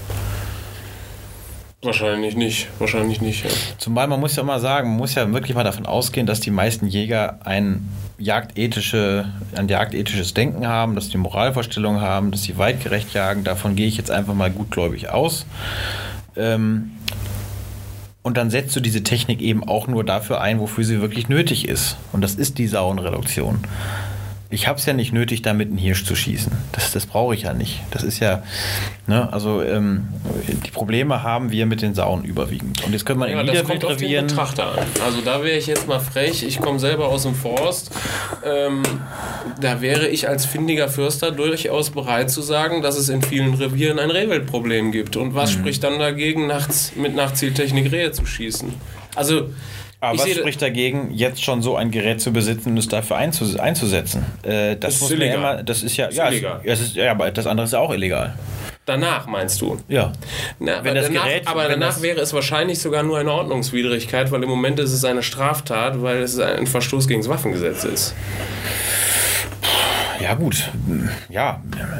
Wahrscheinlich nicht, wahrscheinlich nicht, ja. Zumal man muss ja immer sagen, man muss ja wirklich mal davon ausgehen, dass die meisten Jäger ein jagdethische, ein jagdethisches Denken haben, dass die Moralvorstellungen haben, dass sie weitgerecht jagen. Davon gehe ich jetzt einfach mal gutgläubig aus. Ähm, und dann setzt du diese Technik eben auch nur dafür ein, wofür sie wirklich nötig ist. Und das ist die Sauenreduktion. Ich habe es ja nicht nötig, damit einen Hirsch zu schießen. Das, das brauche ich ja nicht. Das ist ja, ne, also ähm, die Probleme haben wir mit den Sauen überwiegend. Und jetzt können wir ja, in das kommt auf den Betrachter an. Also da wäre ich jetzt mal frech. Ich komme selber aus dem Forst. Ähm, da wäre ich als findiger Förster durchaus bereit zu sagen, dass es in vielen Revieren ein Rehwildproblem gibt. Und was mhm. spricht dann dagegen, nachts mit Nachtzieltechnik Rehe zu schießen? Also Aber was spricht dagegen, jetzt schon so ein Gerät zu besitzen und es dafür einzus- einzusetzen? Äh, das, das muss man ja immer, das ist ja, ja, illegal. Es, es ist, ja, aber das andere ist ja auch illegal. Danach meinst du? Ja. Na, wenn das danach, Gerät, aber wenn danach das wäre es wahrscheinlich sogar nur eine Ordnungswidrigkeit, weil im Moment ist es eine Straftat, weil es ein Verstoß gegen das Waffengesetz ist. Ja gut, ja.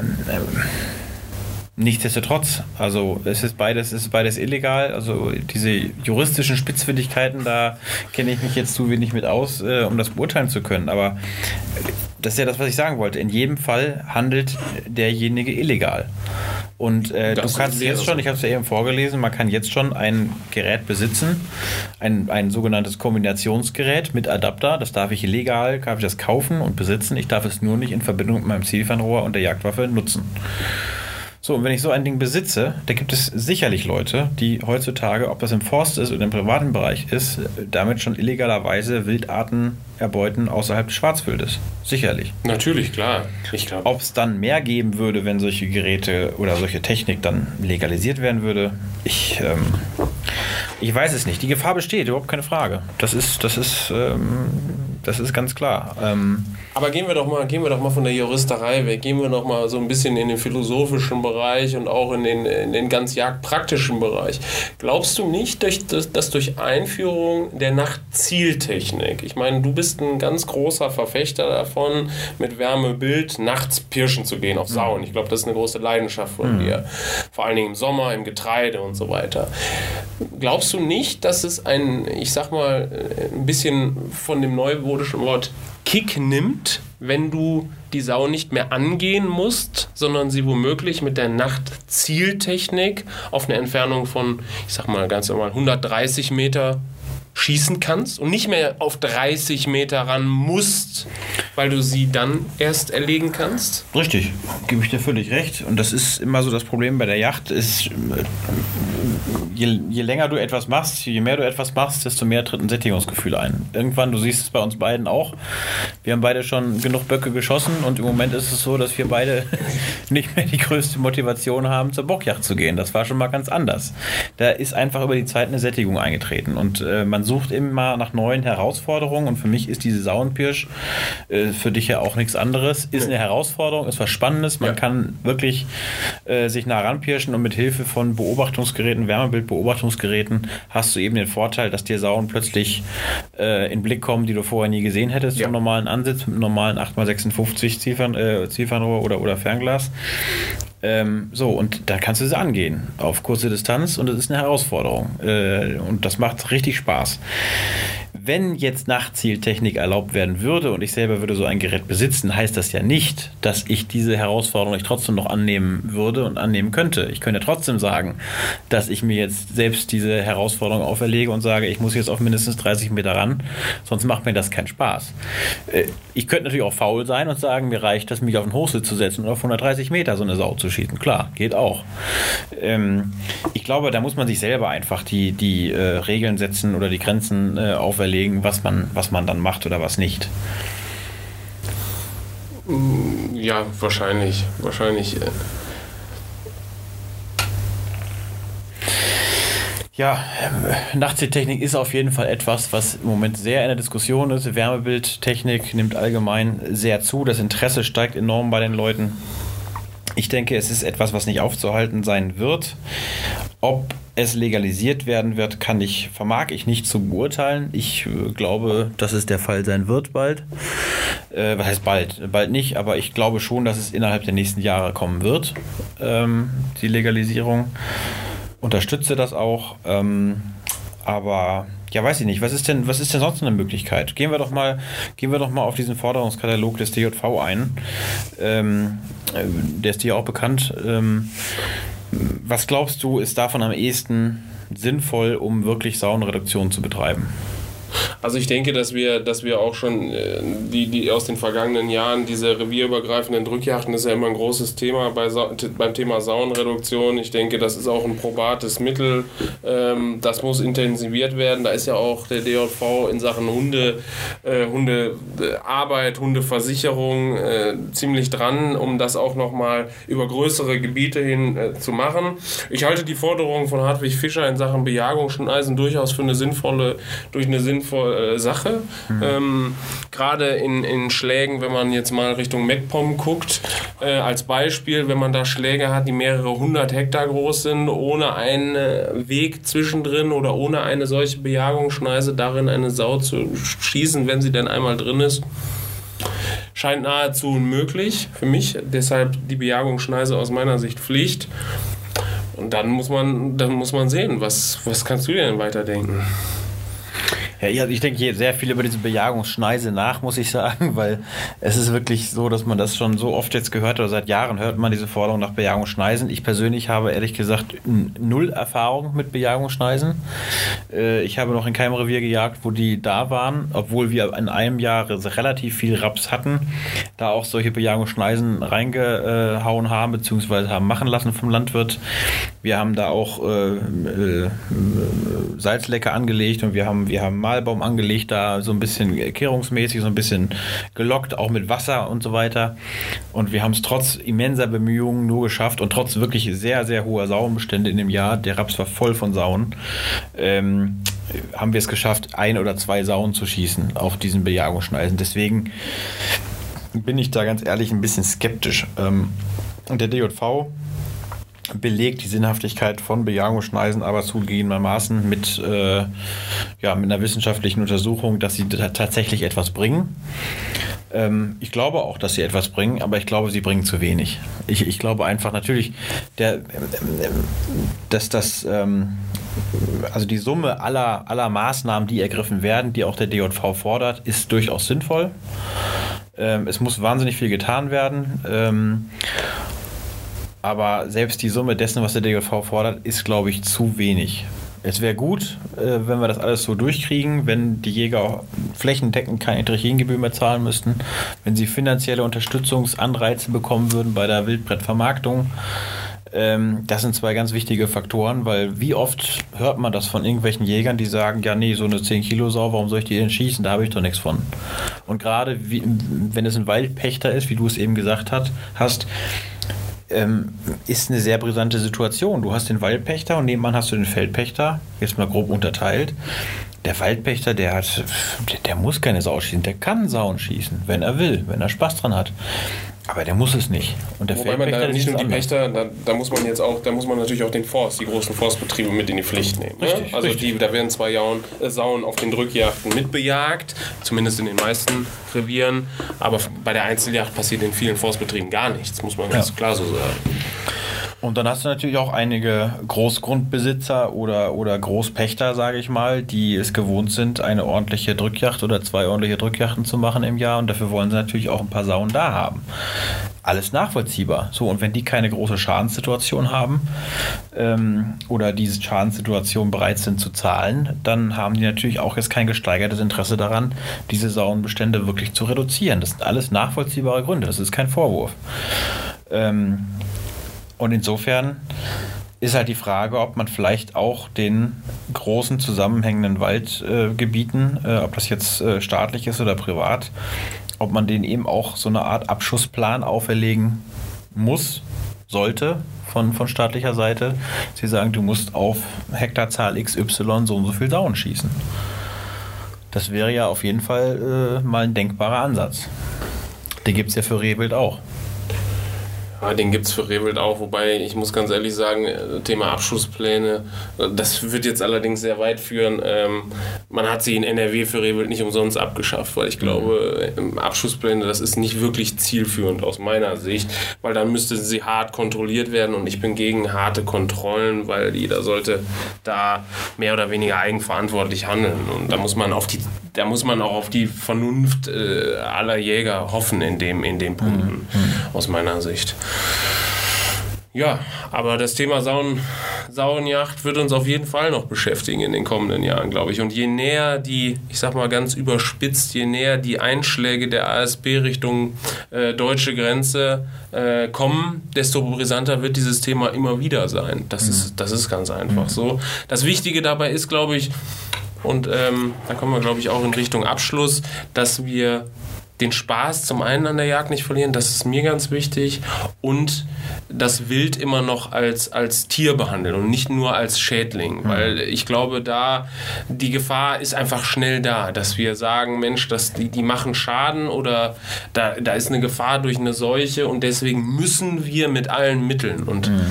Nichtsdestotrotz, also es ist beides, es ist beides illegal. Also diese juristischen Spitzfindigkeiten, da kenne ich mich jetzt zu wenig mit aus, äh, um das beurteilen zu können. Aber das ist ja das, was ich sagen wollte. In jedem Fall handelt derjenige illegal. Und äh, du kannst jetzt schon, ich habe es ja eben vorgelesen, man kann jetzt schon ein Gerät besitzen, ein, ein sogenanntes Kombinationsgerät mit Adapter. Das darf ich legal, darf ich das kaufen und besitzen. Ich darf es nur nicht in Verbindung mit meinem Zielfernrohr und der Jagdwaffe nutzen. So, und wenn ich so ein Ding besitze, da gibt es sicherlich Leute, die heutzutage, ob das im Forst ist oder im privaten Bereich ist, damit schon illegalerweise Wildarten erbeuten außerhalb des Schwarzwildes. Sicherlich. Natürlich, klar. Ich glaube. Ob es dann mehr geben würde, wenn solche Geräte oder solche Technik dann legalisiert werden würde, ich, ähm, ich weiß es nicht. Die Gefahr besteht, überhaupt keine Frage. Das ist, das ist, ähm, das ist ganz klar. Ähm, Aber gehen wir doch mal, gehen wir doch mal von der Juristerei weg. Gehen wir doch mal so ein bisschen in den philosophischen Bereich und auch in den, in den ganz jagdpraktischen Bereich. Glaubst du nicht, dass, dass durch Einführung der Nachtzieltechnik, ich meine, du bist ein ganz großer Verfechter davon, mit Wärmebild nachts pirschen zu gehen auf Sauen. Ich glaube, das ist eine große Leidenschaft von mhm. dir. Vor allen Dingen im Sommer, im Getreide und so weiter. glaubst du nicht, dass es ein, ich sag mal, ein bisschen von dem neumodischen Wort Kick nimmt, wenn du die Sau nicht mehr angehen musst, sondern sie womöglich mit der Nachtzieltechnik auf eine Entfernung von, ich sag mal ganz normal, hundertdreißig Meter schießen kannst und nicht mehr auf dreißig Meter ran musst, weil du sie dann erst erlegen kannst? Richtig, gebe ich dir völlig recht. Und das ist immer so das Problem bei der Yacht. Ist, je, je länger du etwas machst, je mehr du etwas machst, desto mehr tritt ein Sättigungsgefühl ein. Irgendwann, du siehst es bei uns beiden auch, wir haben beide schon genug Böcke geschossen und im Moment ist es so, dass wir beide nicht mehr die größte Motivation haben, zur Bockjacht zu gehen. Das war schon mal ganz anders. Da ist einfach über die Zeit eine Sättigung eingetreten und äh, man sucht immer nach neuen Herausforderungen und für mich ist diese Sauenpirsch, äh, für dich ja auch nichts anderes, ist eine Herausforderung, ist was Spannendes, man ja. kann wirklich äh, sich nah ranpirschen und mit Hilfe von Beobachtungsgeräten, Wärmebildbeobachtungsgeräten hast du eben den Vorteil, dass dir Sauen plötzlich äh, in den Blick kommen, die du vorher nie gesehen hättest, ja. vom normalen Ansitz, mit einem normalen acht mal sechsundfünfzig Zielfern, äh, Zielfernrohr oder, oder Fernglas. Ähm, so, und da kannst du sie angehen auf kurze Distanz und das ist eine Herausforderung. Äh, und das macht richtig Spaß. Wenn jetzt Nachtzieltechnik erlaubt werden würde und ich selber würde so ein Gerät besitzen, heißt das ja nicht, dass ich diese Herausforderung nicht trotzdem noch annehmen würde und annehmen könnte. Ich könnte trotzdem sagen, dass ich mir jetzt selbst diese Herausforderung auferlege und sage, ich muss jetzt auf mindestens dreißig Meter ran, sonst macht mir das keinen Spaß. Ich könnte natürlich auch faul sein und sagen, mir reicht es, mich auf den Hochsitz zu setzen und auf hundertdreißig Meter so eine Sau zu schießen. Klar, geht auch. Ich glaube, da muss man sich selber einfach die, die Regeln setzen oder die Grenzen auferlegen, was man, was man dann macht oder was nicht. Ja, wahrscheinlich. Wahrscheinlich. Ja, Nachtzieltechnik ist auf jeden Fall etwas, was im Moment sehr in der Diskussion ist. Wärmebildtechnik nimmt allgemein sehr zu. Das Interesse steigt enorm bei den Leuten. Ich denke, es ist etwas, was nicht aufzuhalten sein wird. Ob es legalisiert werden wird, kann ich, vermag ich nicht zu beurteilen. Ich äh, glaube, dass es der Fall sein wird bald. Äh, was heißt bald? Bald nicht, aber ich glaube schon, dass es innerhalb der nächsten Jahre kommen wird, ähm, die Legalisierung. Unterstütze das auch. Ähm, aber ja, weiß ich nicht. Was ist denn, was ist denn sonst eine Möglichkeit? Gehen wir doch mal, gehen wir doch mal auf diesen Forderungskatalog des D J V ein. Ähm, der ist dir auch bekannt. Ähm, was glaubst du, ist davon am ehesten sinnvoll, um wirklich Sauenreduktion zu betreiben? Also ich denke, dass wir, dass wir auch schon äh, die, die aus den vergangenen Jahren, diese revierübergreifenden Drückjachten, ist ja immer ein großes Thema bei Sa- beim Thema Sauenreduktion. Ich denke, das ist auch ein probates Mittel. Ähm, das muss intensiviert werden. Da ist ja auch der D J V in Sachen Hunde, äh, Hundearbeit, Hundeversicherung äh, ziemlich dran, um das auch nochmal über größere Gebiete hin äh, zu machen. Ich halte die Forderung von Hartwig Fischer in Sachen Bejagungsschneisen durchaus für eine sinnvolle, durch eine sinnvolle Sache. Mhm. Ähm, gerade in, in Schlägen, wenn man jetzt mal Richtung MacPom guckt, äh, als Beispiel, wenn man da Schläge hat, die mehrere hundert Hektar groß sind, ohne einen Weg zwischendrin oder ohne eine solche Bejagungsschneise darin eine Sau zu schießen, wenn sie denn einmal drin ist, scheint nahezu unmöglich für mich. Deshalb die Bejagungsschneise aus meiner Sicht Pflicht. Und dann muss man, dann muss man sehen, was, was kannst du denn weiterdenken? Ja, ich denke sehr viel über diese Bejagungsschneise nach, muss ich sagen, weil es ist wirklich so, dass man das schon so oft jetzt gehört oder seit Jahren hört man diese Forderung nach Bejagungsschneisen. Ich persönlich habe ehrlich gesagt null Erfahrung mit Bejagungsschneisen. Ich habe noch in keinem Revier gejagt, wo die da waren, obwohl wir in einem Jahr relativ viel Raps hatten, da auch solche Bejagungsschneisen reingehauen haben, beziehungsweise haben machen lassen vom Landwirt. Wir haben da auch äh, äh, Salzlecke angelegt und wir haben, wir haben Mahlbaum angelegt, da so ein bisschen kehrungsmäßig, so ein bisschen gelockt, auch mit Wasser und so weiter. Und wir haben es trotz immenser Bemühungen nur geschafft und trotz wirklich sehr, sehr hoher Sauenbestände in dem Jahr, der Raps war voll von Sauen, ähm, haben wir es geschafft, ein oder zwei Sauen zu schießen auf diesen Bejagungsschneisen. Deswegen bin ich da ganz ehrlich ein bisschen skeptisch. Ähm, und der D J V belegt die Sinnhaftigkeit von Bejagungsschneisen aber zugegebenermaßen mit, äh, ja, mit einer wissenschaftlichen Untersuchung, dass sie t- tatsächlich etwas bringen. Ähm, ich glaube auch, dass sie etwas bringen, aber ich glaube, sie bringen zu wenig. Ich, ich glaube einfach natürlich, der, äh, dass das... Ähm, also die Summe aller, aller Maßnahmen, die ergriffen werden, die auch der D J V fordert, ist durchaus sinnvoll. Ähm, es muss wahnsinnig viel getan werden. Ähm, aber selbst die Summe dessen, was der D J V fordert, ist, glaube ich, zu wenig. Es wäre gut, äh, wenn wir das alles so durchkriegen, wenn die Jäger flächendeckend keine Trichingebühr mehr zahlen müssten, wenn sie finanzielle Unterstützungsanreize bekommen würden bei der Wildbrettvermarktung. Ähm, das sind zwei ganz wichtige Faktoren, weil wie oft hört man das von irgendwelchen Jägern, die sagen, ja nee, so eine zehn Kilo Sau, warum soll ich die denn schießen, da habe ich doch nichts von. Und gerade wie, wenn es ein Waldpächter ist, wie du es eben gesagt hat, hast, Ähm, ist eine sehr brisante Situation. Du hast den Waldpächter und nebenan hast du den Feldpächter, jetzt mal grob unterteilt. Der Waldpächter, der hat, der, der muss keine Sau schießen, der kann Sauen schießen, wenn er will, wenn er Spaß dran hat. Aber der muss es nicht. Und der Wobei man da nicht nur die Pächter, da, da muss man jetzt auch, da muss man natürlich auch den Forst, die großen Forstbetriebe mit in die Pflicht nehmen. Richtig, ne? Also richtig. die, da werden zwei Jauen, äh, Sauen auf den Drückjachten mitbejagt, zumindest in den meisten Revieren. Aber bei der Einzeljagd passiert in vielen Forstbetrieben gar nichts, muss man ganz ja. klar so sagen. Und dann hast du natürlich auch einige Großgrundbesitzer oder, oder Großpächter, sage ich mal, die es gewohnt sind, eine ordentliche Drückjacht oder zwei ordentliche Drückjachten zu machen im Jahr. Und dafür wollen sie natürlich auch ein paar Sauen da haben. Alles nachvollziehbar. So, und wenn die keine große Schadenssituation haben ähm, oder diese Schadenssituation bereit sind zu zahlen, dann haben die natürlich auch jetzt kein gesteigertes Interesse daran, diese Sauenbestände wirklich zu reduzieren. Das sind alles nachvollziehbare Gründe. Das ist kein Vorwurf. Ähm, Und insofern ist halt die Frage, ob man vielleicht auch den großen zusammenhängenden Waldgebieten, äh, äh, ob das jetzt äh, staatlich ist oder privat, ob man denen eben auch so eine Art Abschussplan auferlegen muss, sollte von, von staatlicher Seite. Sie sagen, du musst auf Hektarzahl X Y so und so viel Sauen schießen. Das wäre ja auf jeden Fall äh, mal ein denkbarer Ansatz. Den gibt es ja für Rehwild auch. Ja, den gibt es für Rehwild auch, wobei ich muss ganz ehrlich sagen, Thema Abschusspläne, das wird jetzt allerdings sehr weit führen. Ähm, man hat sie in N R W für Rehwild nicht umsonst abgeschafft, weil ich glaube, mhm. Abschusspläne, das ist nicht wirklich zielführend aus meiner Sicht, weil dann müsste sie hart kontrolliert werden und ich bin gegen harte Kontrollen, weil jeder sollte da mehr oder weniger eigenverantwortlich handeln und da muss man auf die, da muss man auch auf die Vernunft äh, aller Jäger hoffen in dem, in den Punkten, mhm. aus meiner Sicht. Ja, aber das Thema Sauen, Sauenjagd wird uns auf jeden Fall noch beschäftigen in den kommenden Jahren, glaube ich. Und je näher die, ich sag mal ganz überspitzt, je näher die Einschläge der A S B Richtung äh, deutsche Grenze äh, kommen, desto brisanter wird dieses Thema immer wieder sein. Das, mhm. ist, das ist ganz einfach mhm. so. Das Wichtige dabei ist, glaube ich, und ähm, da kommen wir, glaube ich, auch in Richtung Abschluss, dass wir den Spaß zum einen an der Jagd nicht verlieren, das ist mir ganz wichtig, und das Wild immer noch als, als Tier behandeln und nicht nur als Schädling, mhm. weil ich glaube, da die Gefahr ist einfach schnell da, dass wir sagen, Mensch, das, die, die machen Schaden oder da, da ist eine Gefahr durch eine Seuche und deswegen müssen wir mit allen Mitteln und mhm.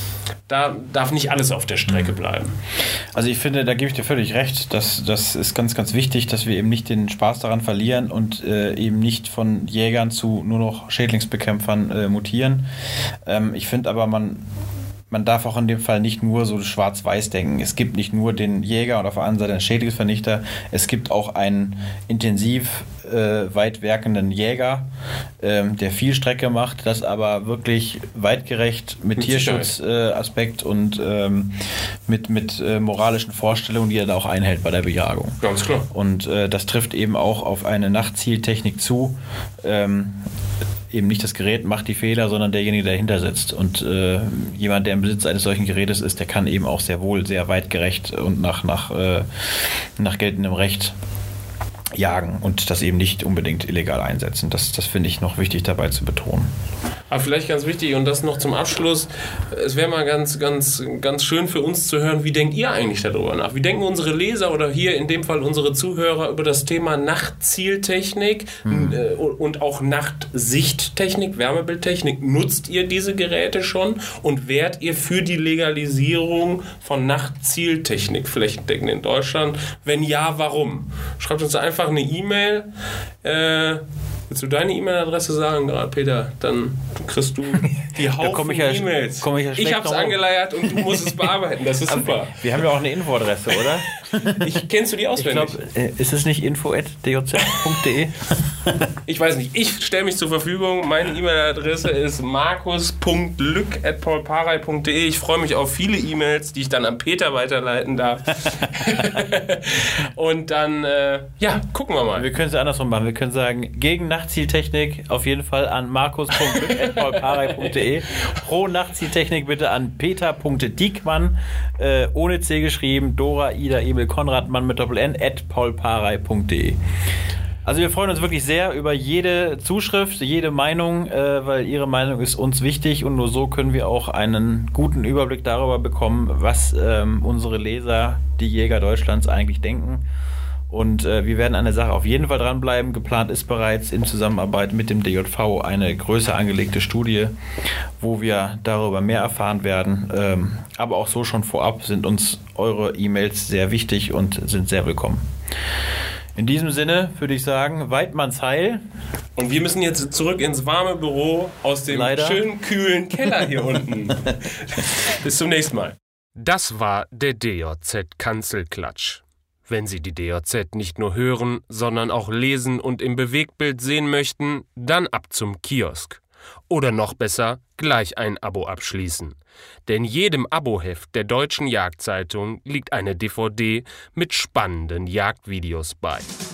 da darf nicht alles auf der Strecke bleiben. Also ich finde, da gebe ich dir völlig recht. Das, das ist ganz, ganz wichtig, dass wir eben nicht den Spaß daran verlieren und äh, eben nicht von Jägern zu nur noch Schädlingsbekämpfern äh, mutieren. Ähm, ich finde aber, man, man darf auch in dem Fall nicht nur so schwarz-weiß denken. Es gibt nicht nur den Jäger und auf der anderen Seite einen Schädlingsvernichter. Es gibt auch einen intensiv äh, weit wirkenden Jäger, ähm, der viel Strecke macht, das aber wirklich weitgerecht mit, mit Tierschutzaspekt äh, und ähm, mit, mit äh, moralischen Vorstellungen, die er da auch einhält bei der Bejagung. Ganz klar. Und äh, das trifft eben auch auf eine Nachtzieltechnik zu. Ähm, eben nicht das Gerät macht die Fehler, sondern derjenige, der dahinter sitzt. Und äh, jemand, der im Besitz eines solchen Gerätes ist, der kann eben auch sehr wohl sehr weitgerecht und nach, nach, äh, nach geltendem Recht jagen und das eben nicht unbedingt illegal einsetzen. Das, das finde ich noch wichtig dabei zu betonen. Aber vielleicht ganz wichtig und das noch zum Abschluss, es wäre mal ganz, ganz, ganz schön für uns zu hören, wie denkt ihr eigentlich darüber nach? Wie denken unsere Leser oder hier in dem Fall unsere Zuhörer über das Thema Nachtzieltechnik hm. und auch Nachtsichttechnik, Wärmebildtechnik? Nutzt ihr diese Geräte schon und wärt ihr für die Legalisierung von Nachtzieltechnik flächendeckend in Deutschland? Wenn ja, warum? Schreibt uns einfach eine E-Mail. Äh, willst du deine E-Mail-Adresse sagen gerade, Peter? Dann kriegst du Die Haufen komm ich ja, E-Mails. Komm ich ja ich hab's angeleiert und du musst es bearbeiten. Das ist super. Wir haben ja auch eine Infoadresse, oder? Ich, kennst du die auswendig? Ich glaube, ist es nicht info at d j z punkt d e? Ich weiß nicht. Ich stelle mich zur Verfügung. Meine E-Mail-Adresse ist markus punkt lück at paulparey punkt de. Ich freue mich auf viele E-Mails, die ich dann an Peter weiterleiten darf. Und dann, äh, ja, gucken wir mal. Wir können es ja andersrum machen. Wir können sagen, gegen Nachtzieltechnik auf jeden Fall an markus punkt lück at paulparey punkt de. Pro Nachtzieltechnik bitte an peter punkt diekmann, äh, ohne C geschrieben, Dora, Ida, Emil, Konrad, Mann mit Doppel-N, at paulparey punkt de. Also wir freuen uns wirklich sehr über jede Zuschrift, jede Meinung, äh, weil Ihre Meinung ist uns wichtig und nur so können wir auch einen guten Überblick darüber bekommen, was ähm, unsere Leser, die Jäger Deutschlands eigentlich denken. Und äh, wir werden an der Sache auf jeden Fall dranbleiben. Geplant ist bereits in Zusammenarbeit mit dem D J V eine größer angelegte Studie, wo wir darüber mehr erfahren werden. Ähm, aber auch so schon vorab sind uns eure E-Mails sehr wichtig und sind sehr willkommen. In diesem Sinne würde ich sagen, Weidmanns Heil. Und wir müssen jetzt zurück ins warme Büro aus dem Leider. schönen, kühlen Keller hier unten. Bis zum nächsten Mal. Das war der D J Z-Kanzelklatsch. Wenn Sie die D J Z nicht nur hören, sondern auch lesen und im Bewegtbild sehen möchten, dann ab zum Kiosk. Oder noch besser, gleich ein Abo abschließen. Denn jedem Aboheft der Deutschen Jagdzeitung liegt eine D V D mit spannenden Jagdvideos bei.